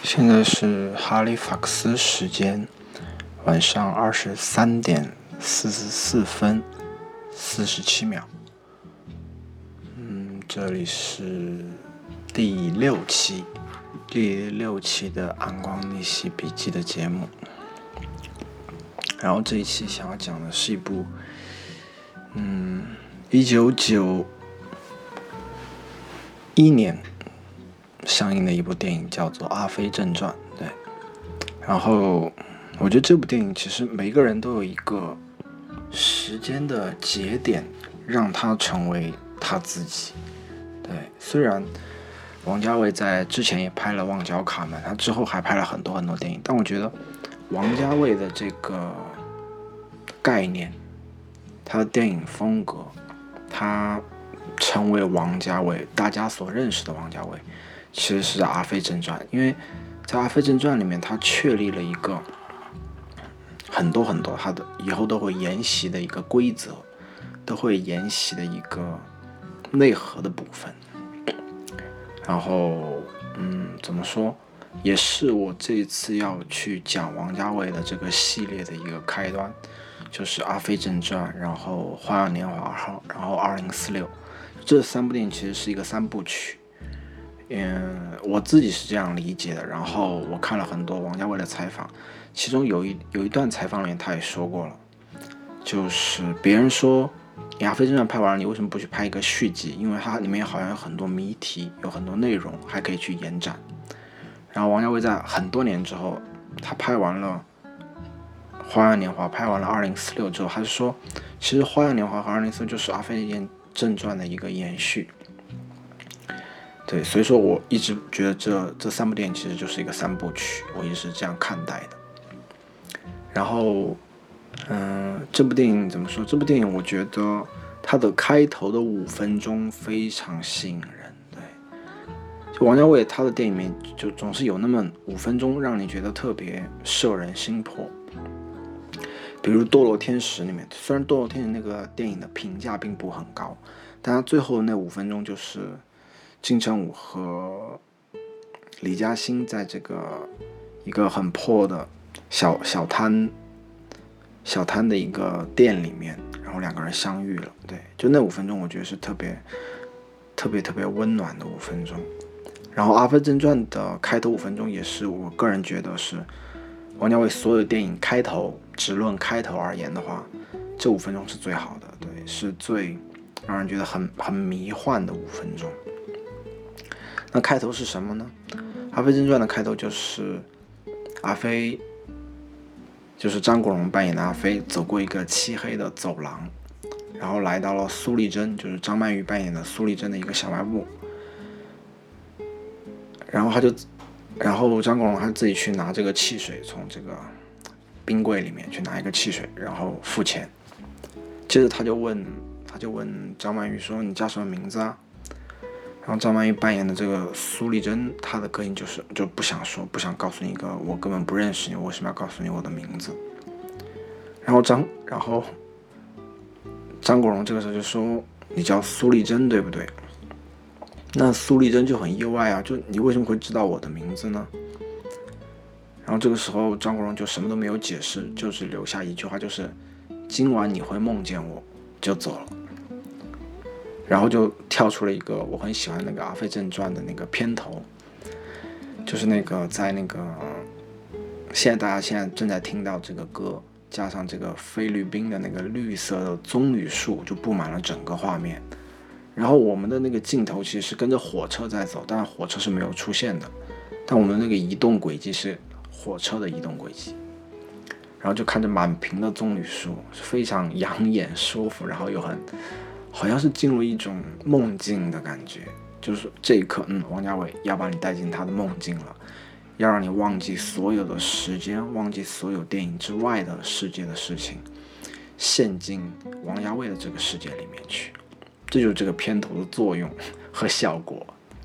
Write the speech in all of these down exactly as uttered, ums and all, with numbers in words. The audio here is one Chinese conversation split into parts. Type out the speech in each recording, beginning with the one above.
现在是哈利法克斯时间晚上二十三点四十四分四十七秒。嗯，这里是第六期，第六期的《暗光逆袭笔记》的节目。然后这一期想要讲的是一部，嗯，一九九一年上映的一部电影，叫做《阿飞正传》。对，然后我觉得这部电影其实每个人都有一个时间的节点，让他成为他自己。对，虽然王家卫在之前也拍了《旺角卡门》，他之后还拍了很多很多电影，但我觉得王家卫的这个概念，他的电影风格，他成为王家卫大家所认识的王家卫，其实是《阿飞正传》。因为在《阿飞正传》里面，他确立了一个很多很多他的以后都会沿袭的一个规则，都会沿袭的一个内核的部分。然后嗯，怎么说，也是我这一次要去讲王家卫的这个系列的一个开端，就是《阿飞正传》，然后《花样年华二号》，然后《二零四六》，这三部电影其实是一个三部曲。嗯，我自己是这样理解的。然后我看了很多王家卫的采访，其中有一有一段采访里面他也说过了，就是别人说《阿飞正传》拍完了，你为什么不去拍一个续集？因为它里面好像有很多谜题，有很多内容还可以去延展。然后王家卫在很多年之后，他拍完了《花样年华》，拍完了《二零四六》之后，他就说，其实《花样年华》和《二零四六》就是《阿飞正传》的一个延续。对，所以说我一直觉得这这三部电影其实就是一个三部曲，我一直是这样看待的。然后，嗯、呃，这部电影怎么说？这部电影我觉得它的开头的五分钟非常吸引人。对，就王家卫他的电影里面就总是有那么五分钟让你觉得特别摄人心魄。比如《堕落天使》里面，虽然《堕落天使》那个电影的评价并不很高，但他最后那五分钟就是金城武和李嘉欣在这个一个很破的小小摊小摊的一个店里面，然后两个人相遇了。对，就那五分钟我觉得是特别特别特别温暖的五分钟。然后《阿飞正传》的开头五分钟也是我个人觉得是王家卫所有电影开头，只论开头而言的话，这五分钟是最好的。对，是最让人觉得很很迷幻的五分钟。那开头是什么呢？《阿飞正传》的开头就是阿飞，就是张国荣扮演的阿飞走过一个漆黑的走廊，然后来到了苏丽珍，就是张曼玉扮演的苏丽珍的一个小卖部，然后他就，然后张国荣他自己去拿这个汽水，从这个冰柜里面去拿一个汽水，然后付钱。接着他就问，他就问张曼玉说：“你叫什么名字啊？”然后张曼玉扮演的这个苏丽珍，她的个性就是就不想说，不想告诉你一个我根本不认识你，我为什么要告诉你我的名字？然后张，然后张国荣这个时候就说：“你叫苏丽珍对不对？”那苏丽珍就很意外啊，就你为什么会知道我的名字呢？然后这个时候张国荣就什么都没有解释，就只留下一句话，就是今晚你会梦见我，就走了。然后就跳出了一个我很喜欢那个《阿飞正传》的那个片头，就是那个在那个现在大家现在正在听到这个歌，加上这个菲律宾的那个绿色的棕榈树，就布满了整个画面。然后我们的那个镜头其实是跟着火车在走，但火车是没有出现的，但我们的那个移动轨迹是火车的移动轨迹。然后就看着满屏的棕榈树，是非常养眼舒服，然后又很好像是进入一种梦境的感觉，就是这一刻，嗯，王家卫要把你带进他的梦境了，要让你忘记所有的时间，忘记所有电影之外的世界的事情，陷进王家卫的这个世界里面去。这就是这个片头的作用和效果。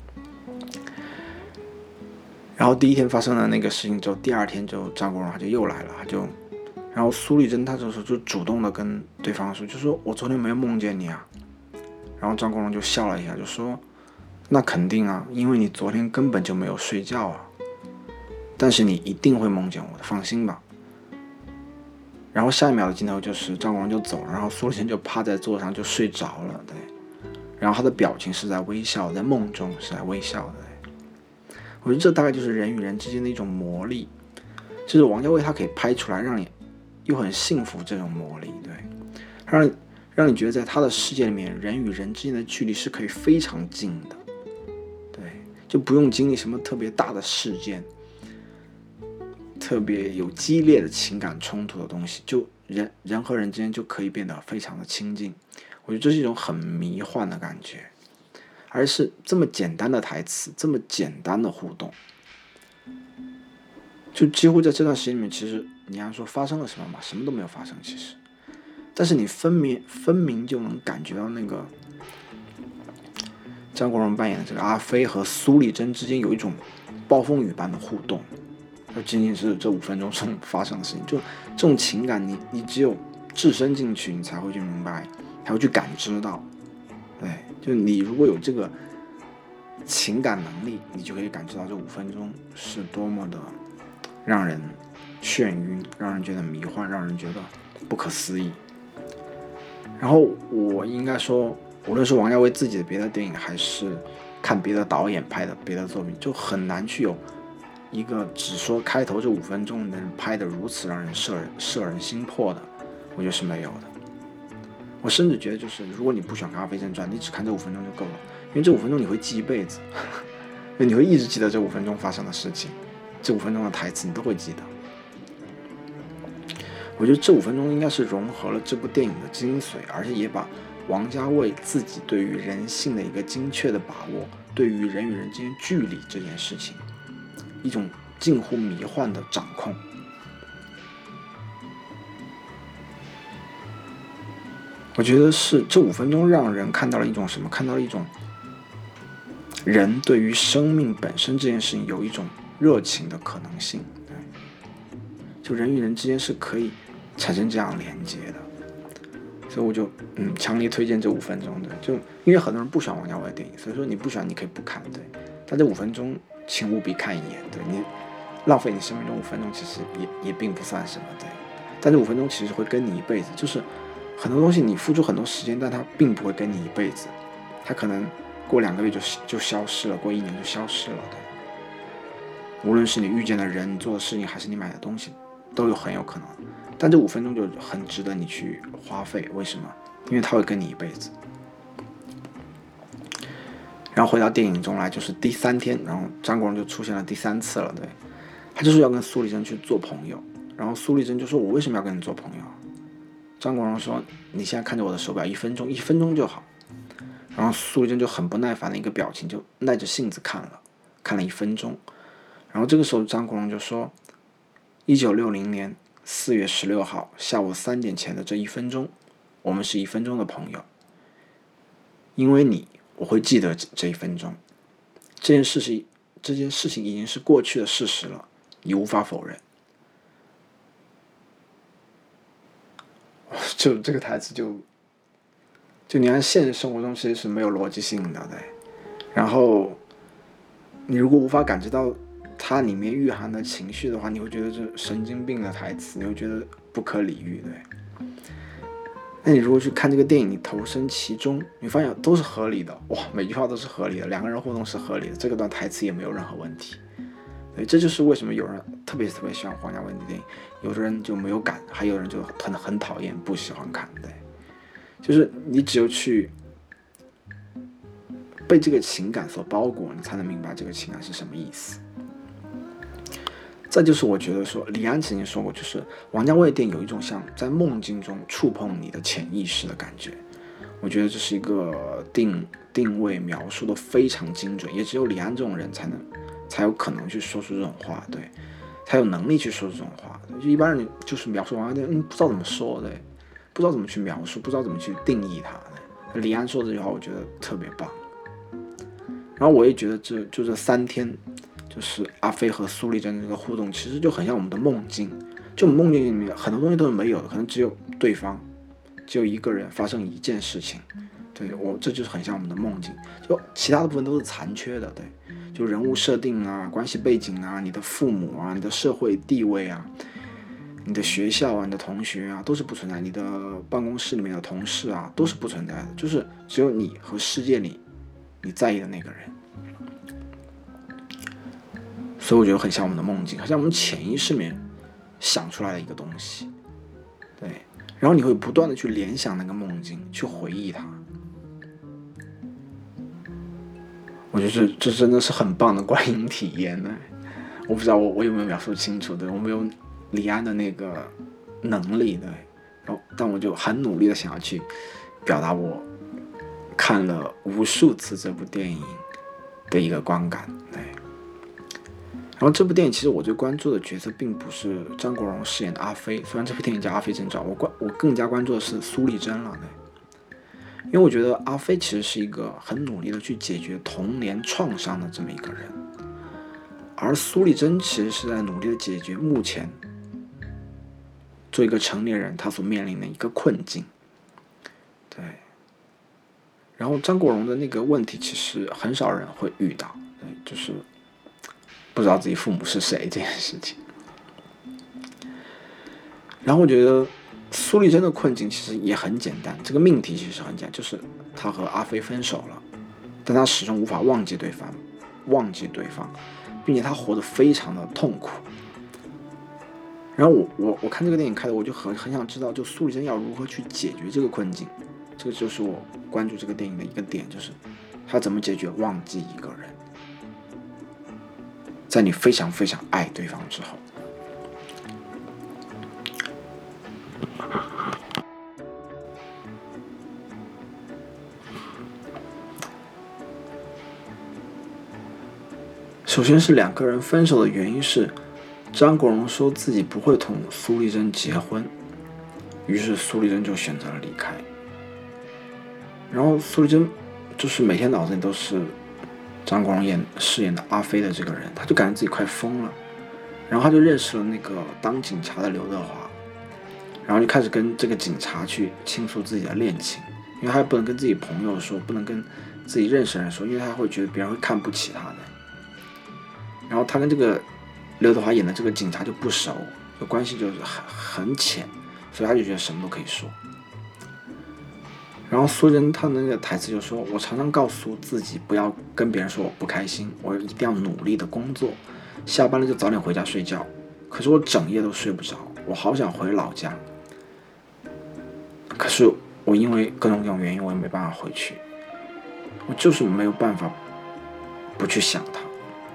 然后第一天发生了那个事情之后，第二天就张国荣他就又来了，他就，然后苏丽珍他这时候就主动的跟对方说，就说我昨天没有梦见你啊。然后张国荣就笑了一下，就说那肯定啊，因为你昨天根本就没有睡觉啊。 但是你一定会梦见我的，放心吧。然后下一秒的镜头就是张国荣就走了，然后苏丽珍就趴在座上就睡着了，对。然后他的表情是在微笑，在梦中是在微笑的。对，我觉得这大概就是人与人之间的一种魔力，就是王家卫他可以拍出来让你又很幸福这种魔力，对，让你让你觉得在他的世界里面，人与人之间的距离是可以非常近的，对，就不用经历什么特别大的事件，特别有激烈的情感冲突的东西，就人人和人之间就可以变得非常的亲近。我觉得这是一种很迷幻的感觉，而是这么简单的台词，这么简单的互动，就几乎在这段时间里面，其实你要说发生了什么嘛，什么都没有发生，其实，但是你分明分明就能感觉到那个张国荣扮演的这个阿飞和苏丽珍之间有一种暴风雨般的互动，而仅仅是这五分钟中发生的事情，就这种情感你，你只有置身进去，你才会去明白，才会去感知到。对，就你如果有这个情感能力，你就可以感知到这五分钟是多么的让人眩晕，让人觉得迷幻，让人觉得不可思议。然后我应该说，无论是王家卫自己的别的电影，还是看别的导演拍的别的作品，就很难去有一个只说开头这五分钟能拍得如此让人摄人摄人心魄的，我觉得是没有的。我甚至觉得，就是如果你不喜欢看《阿飞正传》，你只看这五分钟就够了，因为这五分钟你会记一辈子，你会一直记得这五分钟发生的事情，这五分钟的台词你都会记得。我觉得这五分钟应该是融合了这部电影的精髓，而且也把王家卫自己对于人性的一个精确的把握，对于人与人之间距离这件事情一种近乎迷幻的掌控。我觉得是这五分钟让人看到了一种什么？看到了一种人对于生命本身这件事情有一种热情的可能性。对，就人与人之间是可以产生这样连接的，所以我就嗯强烈推荐这五分钟的。就因为很多人不喜欢王家卫的电影，所以说你不喜欢你可以不看，对。但这五分钟请务必看一眼，对，你浪费你生命中五分钟其实也也并不算什么，对。但这五分钟其实会跟你一辈子，就是很多东西你付出很多时间，但它并不会跟你一辈子，它可能过两个月就就消失了，过一年就消失了，对。无论是你遇见的人、你做的事情，还是你买的东西，都有很有可能。但这五分钟就很值得你去花费，为什么？因为它会跟你一辈子。然后回到电影中来，就是第三天，然后张国荣就出现了第三次了，对，他就是要跟苏丽珍去做朋友，然后苏丽珍就说：“我为什么要跟你做朋友？”张国荣说：“你现在看着我的手表，一分钟，一分钟就好。”然后苏丽珍就很不耐烦的一个表情，就耐着性子看了，看了一分钟。然后这个时候张国荣就说：“一九六零年四月十六号下午三点前的这一分钟，我们是一分钟的朋友。因为你，我会记得这一分钟。这件事情，这件事情已经是过去的事实了，你无法否认。”就这个台词就，就你按现实生活中其实是没有逻辑性的，对。然后，你如果无法感知到它里面蕴含的情绪的话，你会觉得这神经病的台词，你会觉得不可理喻，对。那你如果去看这个电影，你投身其中，你发现都是合理的，哇，每句话都是合理的，两个人互动是合理的，这个段台词也没有任何问题。对，这就是为什么有人特别特别喜欢王家卫的电影，有的人就没有感，还有人就很很讨厌，不喜欢看。对，就是你只有去被这个情感所包裹，你才能明白这个情感是什么意思。再就是我觉得说，李安曾经说过，就是王家卫的电影有一种像在梦境中触碰你的潜意识的感觉。我觉得这是一个定定位描述的非常精准，也只有李安这种人才能才有可能去说出这种话，对，才有能力去说出这种话。就一般人就是描述王家卫，嗯，不知道怎么说，对，不知道怎么去描述，不知道怎么去定义它。对，李安说这句话，我觉得特别棒。然后我也觉得这就这三天，就是阿飞和苏丽珍这个互动，其实就很像我们的梦境。就我们梦境里面很多东西都是没有的，可能只有对方，只有一个人发生一件事情。对，我这就是很像我们的梦境，就其他的部分都是残缺的。对， 就人物设定啊、关系背景啊、你的父母啊、你的社会地位啊、你的学校啊、你的同学啊，都是不存在，你的办公室里面的同事啊，都是不存在的，就是只有你和世界里你在意的那个人。所以我觉得很像我们的梦境，很像我们潜意识里面想出来的一个东西，对，然后你会不断的去联想那个梦境，去回忆它。我觉得这这真的是很棒的观影体验呢。我不知道我我有没有描述清楚的，我没有李安的那个能力的，然后但我就很努力的想要去表达我看了无数次这部电影的一个观感，对。然后这部电影其实我最关注的角色并不是张国荣饰演的阿飞，虽然这部电影叫《阿飞正传》，我关我更加关注的是苏丽珍了，对。因为我觉得阿飞其实是一个很努力的去解决童年创伤的这么一个人，而苏丽珍其实是在努力的解决目前做一个成年人他所面临的一个困境，对。然后张国荣的那个问题其实很少人会遇到，对，就是不知道自己父母是谁这件事情。然后我觉得苏丽珍的困境其实也很简单，这个命题其实很简单，就是她和阿飞分手了，但她始终无法忘记对方，忘记对方，并且她活得非常的痛苦。然后我我我看这个电影看的，我就很很想知道，就苏丽珍要如何去解决这个困境，这个就是我关注这个电影的一个点，就是她怎么解决忘记一个人，在你非常非常爱对方之后。首先是两个人分手的原因是张国荣说自己不会同苏丽珍结婚，于是苏丽珍就选择了离开。然后苏丽珍就是每天脑子里都是张国荣演饰演的阿飞的这个人，他就感觉自己快疯了。然后他就认识了那个当警察的刘德华，然后就开始跟这个警察去倾诉自己的恋情，因为他不能跟自己朋友说，不能跟自己认识的人说，因为他会觉得别人会看不起他的。然后他跟这个刘德华演的这个警察就不熟，就关系就是很很浅，所以他就觉得什么都可以说。然后苏珍他的那个台词就说，我常常告诉自己不要跟别人说我不开心，我一定要努力的工作，下班了就早点回家睡觉，可是我整夜都睡不着，我好想回老家，可是我因为各种各种原因我也没办法回去，我就是没有办法不去想他。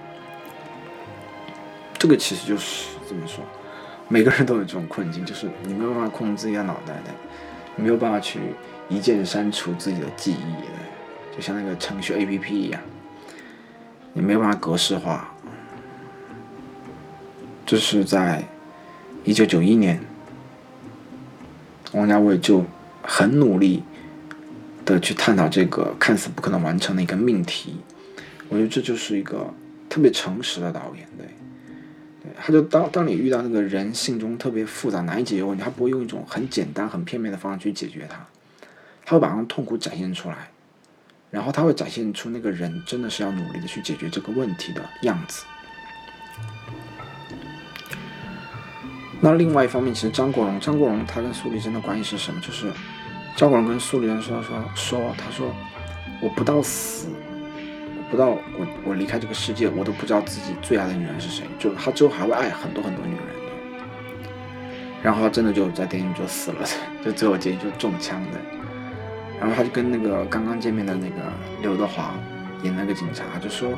这个其实就是怎么说，每个人都有这种困境，就是你没有办法控制自己的脑袋的，你没有办法去一键删除自己的记忆的，就像那个程序 A P P 一样，你没有办法格式化。这是在一九九一年，王家卫就很努力的去探讨这个看似不可能完成的一个命题。我觉得这就是一个特别诚实的导演，对。他就当当你遇到那个人性中特别复杂难以解决问题，他不会用一种很简单很片面的方式去解决它，他会把那种痛苦展现出来，然后他会展现出那个人真的是要努力的去解决这个问题的样子。那另外一方面，其实张国荣张国荣他跟苏丽珍的关系是什么？就是张国荣跟苏丽珍说说说他说我不到死，不到我我离开这个世界，我都不知道自己最爱的女人是谁。就他之后还会爱很多很多女人的，然后他真的就在电影就死了，就最后结局就中枪的。然后他就跟那个刚刚见面的那个刘德华演那个警察就说，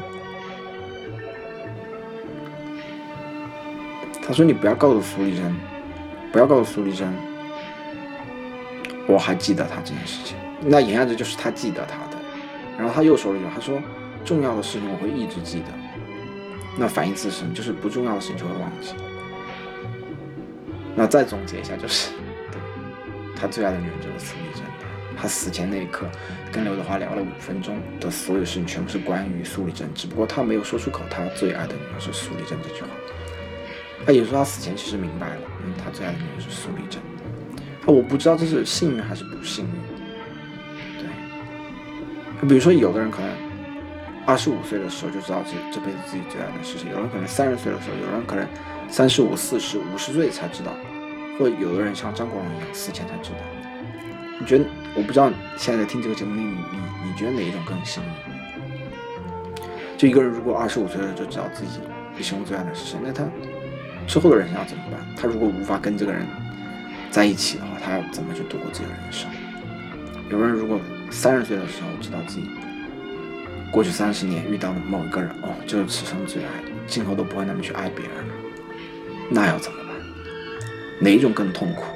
他说你不要告诉苏丽珍，不要告诉苏丽珍，我还记得他这件事情。那言下之就是他记得他的。然后他又说了一句，他说重要的事情我会一直记得，那反义词是什么？就是不重要的事情就会忘记。那再总结一下，就是对他最爱的女人就是苏丽珍，他死前那一刻跟刘德华聊了五分钟的所有事情全部是关于苏丽珍，只不过他没有说出口他最爱的女人是苏丽珍这句话。他也说他死前其实明白了，嗯，他最爱的女人是苏丽珍。我不知道这是幸运还是不幸运。对，比如说有的人可能二十五岁的时候就知道自己这辈子自己最爱的是谁，有人可能三十岁的时候，有人可能三十五、四十、五十岁才知道，或者有的人像张国荣一样死前才知道。你觉得？我不知道现在听这个节目你你你觉得哪一种更幸运？就一个人如果二十五岁了就知道自己一生最爱的是谁，那他之后的人生要怎么办？他如果无法跟这个人在一起的话，他要怎么去度过自己的人生？有人如果三十岁的时候知道自己过去三十年遇到的某一个人，哦，就是此生最爱，今后都不会那么去爱别人了，那要怎么办？哪一种更痛苦？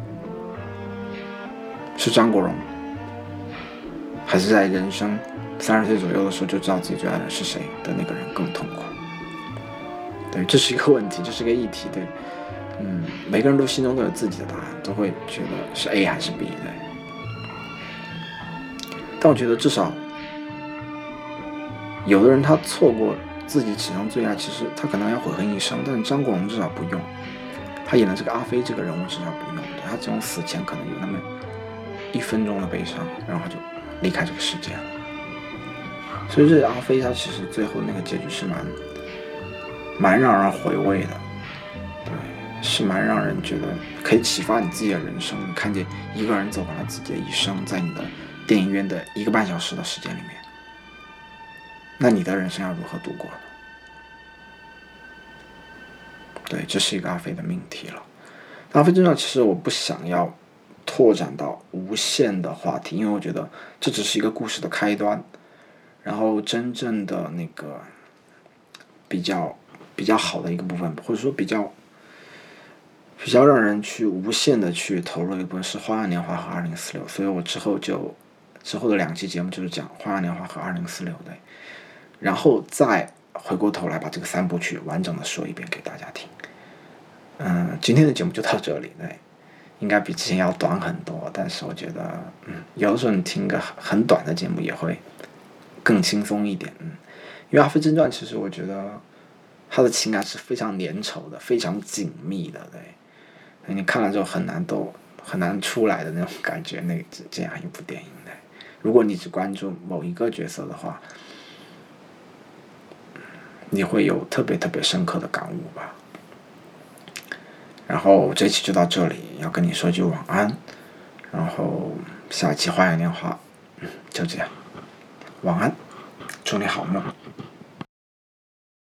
是张国荣，还是在人生三十岁左右的时候就知道自己最爱的是谁的那个人更痛苦？对，这是一个问题，这是一个议题。对，嗯，每个人都心中都有自己的答案，都会觉得是 A 还是 B。对，但我觉得至少有的人他错过自己此生最爱，其实他可能要悔恨一生，但是张国荣至少不用，他演的这个阿飞这个人物至少不用，对，他这种死前可能有那么一分钟的悲伤，然后他就离开这个世界了。所以这阿飞他其实最后那个结局是蛮蛮让人回味的，对，是蛮让人觉得可以启发你自己的人生。你看见一个人走完了自己的一生，在你的电影院的一个半小时的时间里面，那你的人生要如何度过呢？对，这是一个阿飞的命题了。阿飞正传其实我不想要拓展到无限的话题，因为我觉得这只是一个故事的开端，然后真正的那个比较比较好的一个部分，或者说比较比较让人去无限的去投入的一部分是《花样年华》和《二零四六》，所以我之后就之后的两期节目就是讲《花样年华》和《二零四六》，对，然后再回过头来把这个三部曲完整的说一遍给大家听。嗯，今天的节目就到这里，对，应该比之前要短很多，但是我觉得，嗯，有的时候你听个很短的节目也会更轻松一点，嗯，因为《阿飞正传》其实我觉得他的情感是非常粘稠的，非常紧密的，对，你看了之后很难都很难出来的那种感觉，那这样一部电影，对，如果你只关注某一个角色的话，你会有特别特别深刻的感悟吧。然后这期就到这里，要跟你说句晚安，然后下一期花样年华就这样，晚安，祝你好梦。